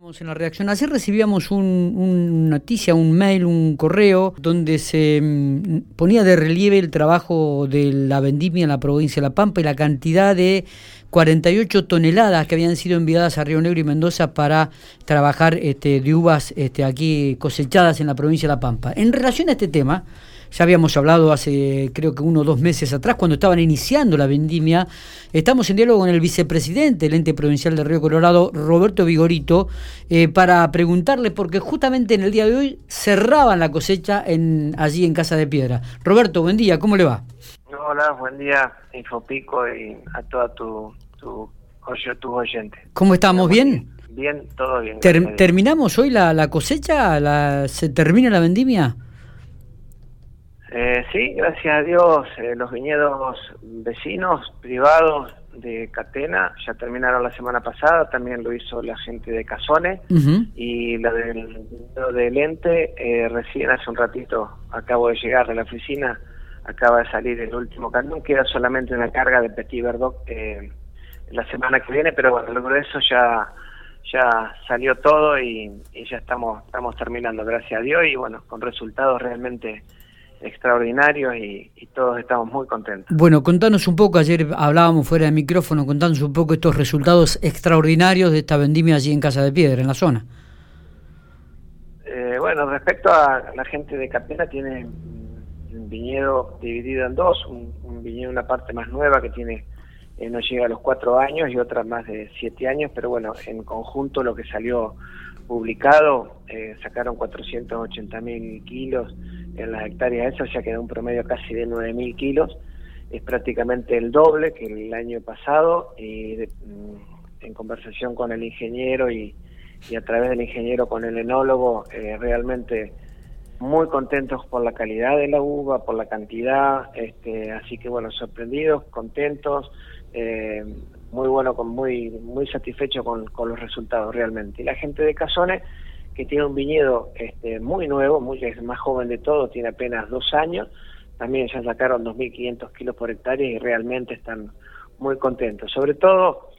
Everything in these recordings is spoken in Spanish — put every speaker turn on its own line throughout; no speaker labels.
En la redacción, ayer recibíamos una noticia, un mail, un correo, donde se ponía de relieve el trabajo de la vendimia en la provincia de La Pampa y la cantidad de 48 toneladas que habían sido enviadas a Río Negro y Mendoza para trabajar de uvas aquí cosechadas en la provincia de La Pampa. En relación a este tema, ya habíamos hablado hace creo que 1 o 2 meses atrás, cuando estaban iniciando la vendimia. Estamos en diálogo con el vicepresidente del ente provincial de Río Colorado, Roberto Vigorito, para preguntarle, porque justamente en el día de hoy cerraban la cosecha allí en Casa de Piedra. Roberto, buen día, ¿cómo le va?
Hola, buen día, Infopico, y a toda tus oyentes.
¿Cómo estamos? ¿Bien?
Bien, todo bien.
¿Terminamos hoy la cosecha? ¿Se termina la vendimia?
Sí, gracias a Dios, los viñedos vecinos, privados de Catena, ya terminaron la semana pasada, también lo hizo la gente de Cazones, y la del ente, recién hace un ratito acabo de llegar de la oficina, acaba de salir el último camión, queda solamente una carga de Petit Verdot la semana que viene, pero bueno, luego de eso ya salió todo y ya estamos terminando, gracias a Dios, y bueno, con resultados realmente extraordinarios y todos estamos muy contentos.
Bueno, contanos un poco, ayer hablábamos fuera de micrófono, contanos un poco estos resultados extraordinarios de esta vendimia allí en Casa de Piedra, en la zona.
Bueno, respecto a la gente de Catena, tiene un viñedo dividido en dos, un viñedo, una parte más nueva que tiene no llega a los 4 años y otra más de 7 años, pero bueno, en conjunto lo que salió publicado, sacaron 480.000 kilos en las hectáreas esas, ya quedó un promedio casi de 9.000 kilos, es prácticamente el doble que el año pasado, y en conversación con el ingeniero y a través del ingeniero con el enólogo, realmente muy contentos por la calidad de la uva, por la cantidad, así que bueno, sorprendidos, contentos, muy bueno, muy satisfecho con los resultados realmente. Y la gente de Cazones, que tiene un viñedo muy nuevo, es más joven de todo, tiene apenas 2 años, también ya sacaron 2.500 kilos por hectárea y realmente están muy contentos, sobre todo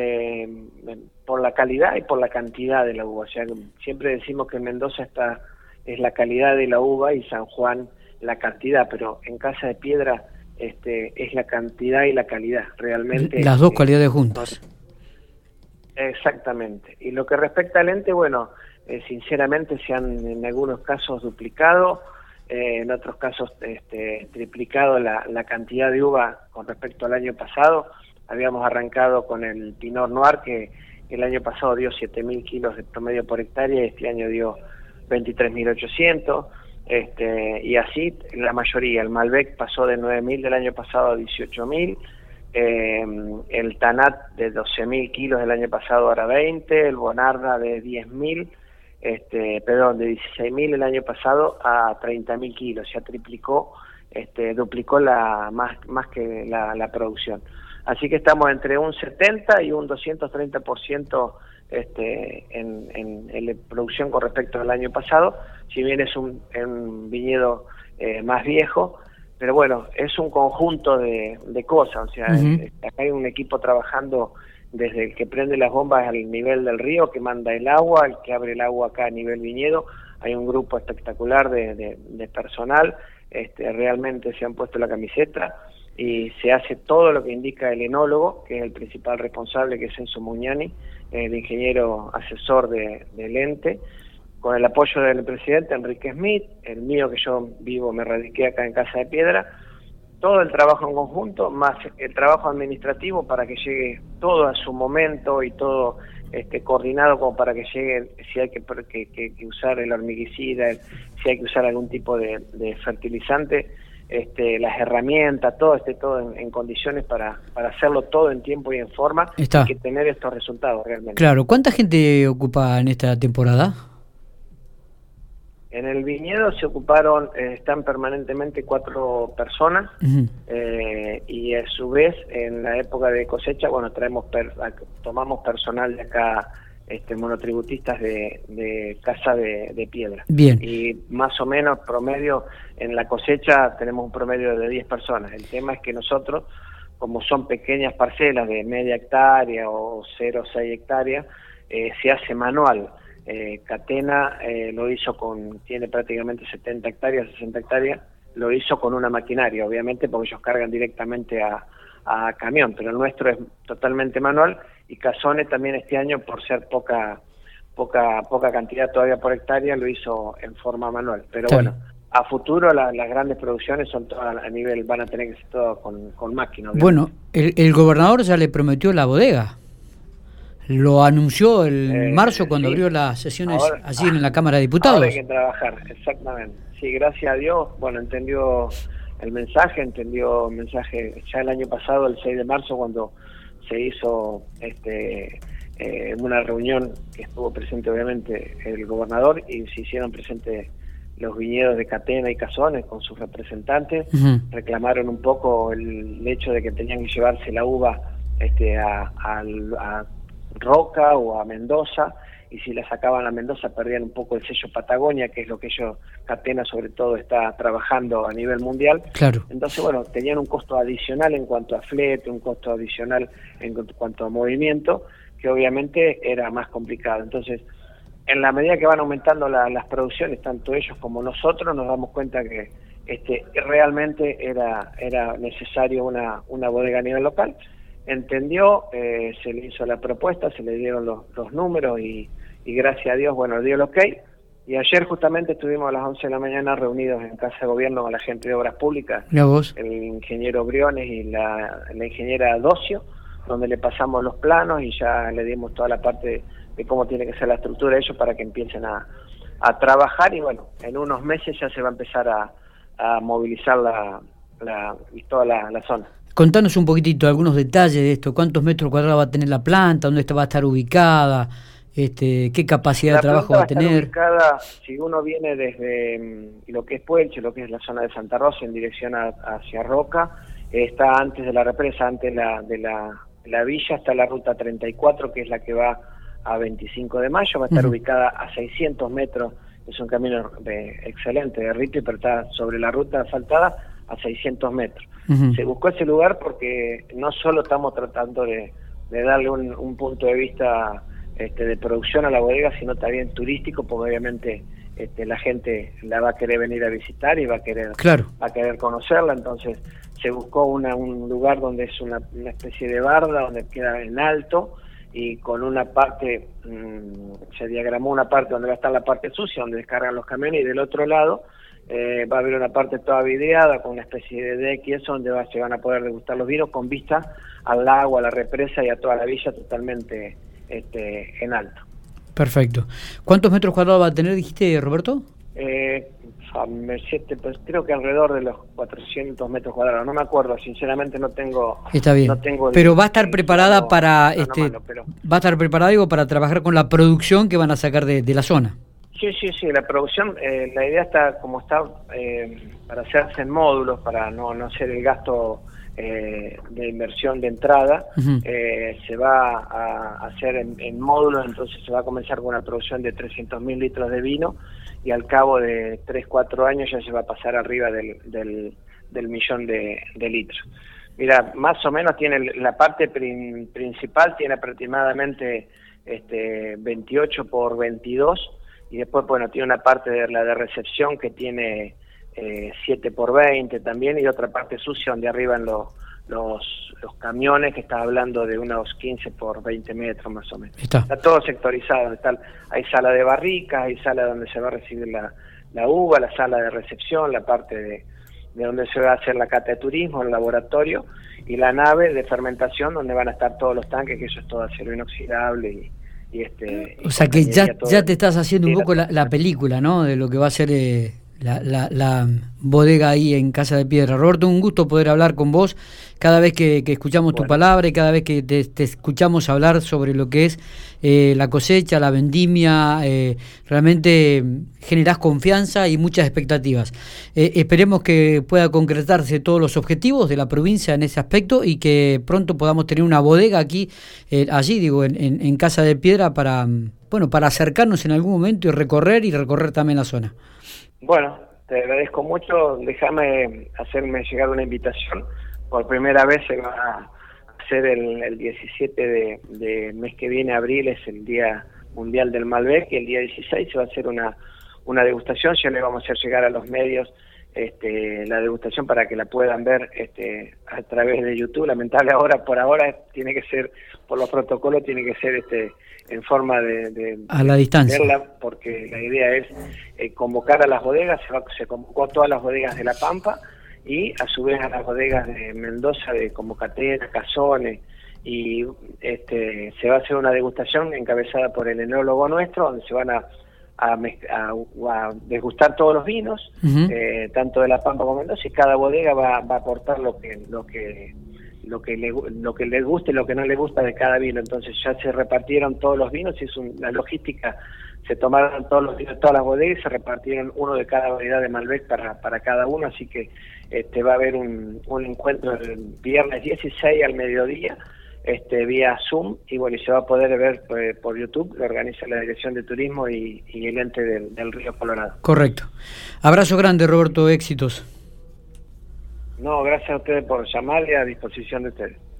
por la calidad y por la cantidad de la uva. O sea, siempre decimos que en Mendoza es la calidad de la uva y San Juan la cantidad, pero en Casa de Piedra es la cantidad y la calidad, realmente.
Las dos cualidades juntas.
Exactamente. Y lo que respecta al ente, bueno, sinceramente se han en algunos casos duplicado, en otros casos triplicado la cantidad de uva con respecto al año pasado. Habíamos arrancado con el Pinot Noir, que el año pasado dio 7.000 kilos de promedio por hectárea, y este año dio 23.800, y así la mayoría. El Malbec pasó de 9.000 del año pasado a 18.000, el Tanat de 12.000 kilos del año pasado ahora 20, el Bonarda de 10.000, de 16.000 el año pasado a 30.000 kilos, ya triplicó, duplicó más que la producción. Así que estamos entre un 70 y un 230% en la producción con respecto al año pasado, si bien es un viñedo más viejo, pero bueno, es un conjunto de cosas. O sea, acá hay un equipo trabajando desde el que prende las bombas al nivel del río, que manda el agua, el que abre el agua acá a nivel viñedo. Hay un grupo espectacular de personal, realmente se han puesto la camiseta y se hace todo lo que indica el enólogo, que es el principal responsable, que es Enzo Mugnani, el ingeniero asesor del ente, con el apoyo del presidente Enrique Smith, el mío, que yo me radiqué acá en Casa de Piedra, todo el trabajo en conjunto, más el trabajo administrativo para que llegue todo a su momento y todo coordinado como para que llegue, si hay que usar el hormiguicida, si hay que usar algún tipo de fertilizante, las herramientas, todo todo en condiciones para hacerlo todo en tiempo y en forma, y que tener estos resultados realmente.
Claro, ¿cuánta gente ocupa en esta temporada?
En el viñedo se ocuparon, están permanentemente 4 personas, y a su vez en la época de cosecha, bueno, tomamos personal de acá, monotributistas de Casa de Piedra.
Bien.
Y más o menos promedio en la cosecha tenemos un promedio de 10 personas. El tema es que nosotros, como son pequeñas parcelas de media hectárea o 0,6 hectáreas, se hace manual. Catena lo hizo tiene prácticamente 70 hectáreas, 60 hectáreas, lo hizo con una maquinaria, obviamente, porque ellos cargan directamente a camión, pero el nuestro es totalmente manual, y Casone también este año, por ser poca cantidad todavía por hectárea, lo hizo en forma manual. Pero bueno, a futuro las grandes producciones son todas a nivel, van a tener que ser todo con máquina. Obviamente.
Bueno, el gobernador ya le prometió la bodega. Lo anunció en marzo cuando abrió las sesiones allí en la Cámara de Diputados.
Ahora hay que trabajar, exactamente. Sí, gracias a Dios, bueno, entendió el mensaje ya el año pasado, el 6 de marzo, cuando se hizo una reunión que estuvo presente obviamente el gobernador, y se hicieron presentes los viñedos de Catena y Casone con sus representantes. Reclamaron un poco el hecho de que tenían que llevarse la uva a Roca o a Mendoza, y si la sacaban a Mendoza perdían un poco el sello Patagonia, que es lo que Catena sobre todo está trabajando a nivel mundial.
Claro.
Entonces, bueno, tenían un costo adicional en cuanto a flete, un costo adicional en cuanto a movimiento, que obviamente era más complicado. Entonces, en la medida que van aumentando las producciones, tanto ellos como nosotros, nos damos cuenta que realmente era necesario una bodega a nivel local. Entendió, se le hizo la propuesta, se le dieron los números y gracias a Dios, bueno, dio el ok. Y ayer justamente estuvimos a las 11 de la mañana reunidos en Casa de Gobierno con la gente de Obras Públicas, el ingeniero Briones y la ingeniera Docio, donde le pasamos los planos y ya le dimos toda la parte de cómo tiene que ser la estructura de ellos para que empiecen a trabajar, y bueno, en unos meses ya se va a empezar a movilizar toda la zona.
Contanos un poquitito algunos detalles de esto. ¿Cuántos metros cuadrados va a tener la planta? ¿Dónde va a estar ubicada? ¿Qué capacidad de trabajo va a tener?
La planta va a estar ubicada, si uno viene desde lo que es Puelche, lo que es la zona de Santa Rosa, en dirección hacia Roca, está antes de la represa, antes de la villa, está la ruta 34, que es la que va a 25 de mayo, va a estar ubicada a 600 metros, es un camino excelente de ripio, pero está sobre la ruta asfaltada a 600 metros. Se buscó ese lugar porque no solo estamos tratando de darle un punto de vista de producción a la bodega, sino también turístico, porque obviamente la gente la va a querer venir a visitar y va a querer conocerla. Entonces se buscó un lugar donde es una especie de barda, donde queda en alto, y con una parte, se diagramó una parte donde va a estar la parte sucia, donde descargan los camiones, y del otro lado va a haber una parte toda videada con una especie de deck y eso, donde se van a poder degustar los vinos con vista al lago, a la represa y a toda la villa totalmente en alto.
Perfecto. ¿Cuántos metros cuadrados va a tener, dijiste, Roberto?
Pues creo que alrededor de los 400 metros cuadrados, no me acuerdo, sinceramente no tengo.
Está bien, pero va a estar preparada para va a estar preparada, digo, para trabajar con la producción que van a sacar de la zona.
Sí, la producción, la idea está como está, para hacerse en módulos, para no hacer el gasto de inversión de entrada. Se va a hacer en módulos, entonces se va a comenzar con una producción de 300.000 litros de vino, y al cabo de 3-4 años ya se va a pasar arriba del millón de litros. Mira, más o menos tiene la parte principal, tiene aproximadamente 28 por 22, y después, bueno, tiene una parte de la de recepción que tiene 7 por 20 también, y otra parte sucia donde arriban los camiones, que está hablando de unos 15 por 20 metros más o menos. Está todo sectorizado, hay sala de barricas, hay sala donde se va a recibir la uva, la sala de recepción, la parte de donde se va a hacer la cata de turismo, el laboratorio, y la nave de fermentación donde van a estar todos los tanques, que eso es todo acero inoxidable
o sea que ya te estás haciendo un poco la película, ¿no? De lo que va a ser la bodega ahí en Casa de Piedra. Roberto, un gusto poder hablar con vos cada vez que escuchamos tu palabra, y cada vez que te escuchamos hablar sobre lo que es la cosecha, la vendimia. Realmente generás confianza y muchas expectativas. Esperemos que pueda concretarse todos los objetivos de la provincia en ese aspecto, y que pronto podamos tener una bodega allí en Casa de Piedra para acercarnos en algún momento y recorrer también la zona.
Bueno, te agradezco mucho. Déjame hacerme llegar una invitación. Por primera vez se va a hacer el 17 de mes que viene, abril, es el día mundial del Malbec, y el día 16 se va a hacer una degustación. Ya le vamos a hacer llegar a los medios la degustación para que la puedan ver a través de YouTube. Lamentable por ahora tiene que ser, por los protocolos, tiene que ser en forma de
a la distancia,
verla, porque la idea es convocar a las bodegas. Se convocó a todas las bodegas de La Pampa y a su vez a las bodegas de Mendoza, de Comocatena, Cazones, y se va a hacer una degustación encabezada por el enólogo nuestro, donde se van a degustar todos los vinos, tanto de La Pampa como Mendoza, y cada bodega va a aportar lo que les guste y lo que no le gusta de cada vino. Entonces ya se repartieron todos los vinos, y es la logística. Se tomaron todos los vinos de todas las bodegas y se repartieron uno de cada variedad de Malbec para cada uno, así que va a haber un encuentro el viernes 16 al mediodía, vía Zoom, y bueno, y se va a poder ver por YouTube. Lo organiza la Dirección de Turismo y el ente del Río Colorado.
Correcto. Abrazo grande, Roberto, éxitos.
No, gracias a ustedes por llamar y a disposición de ustedes.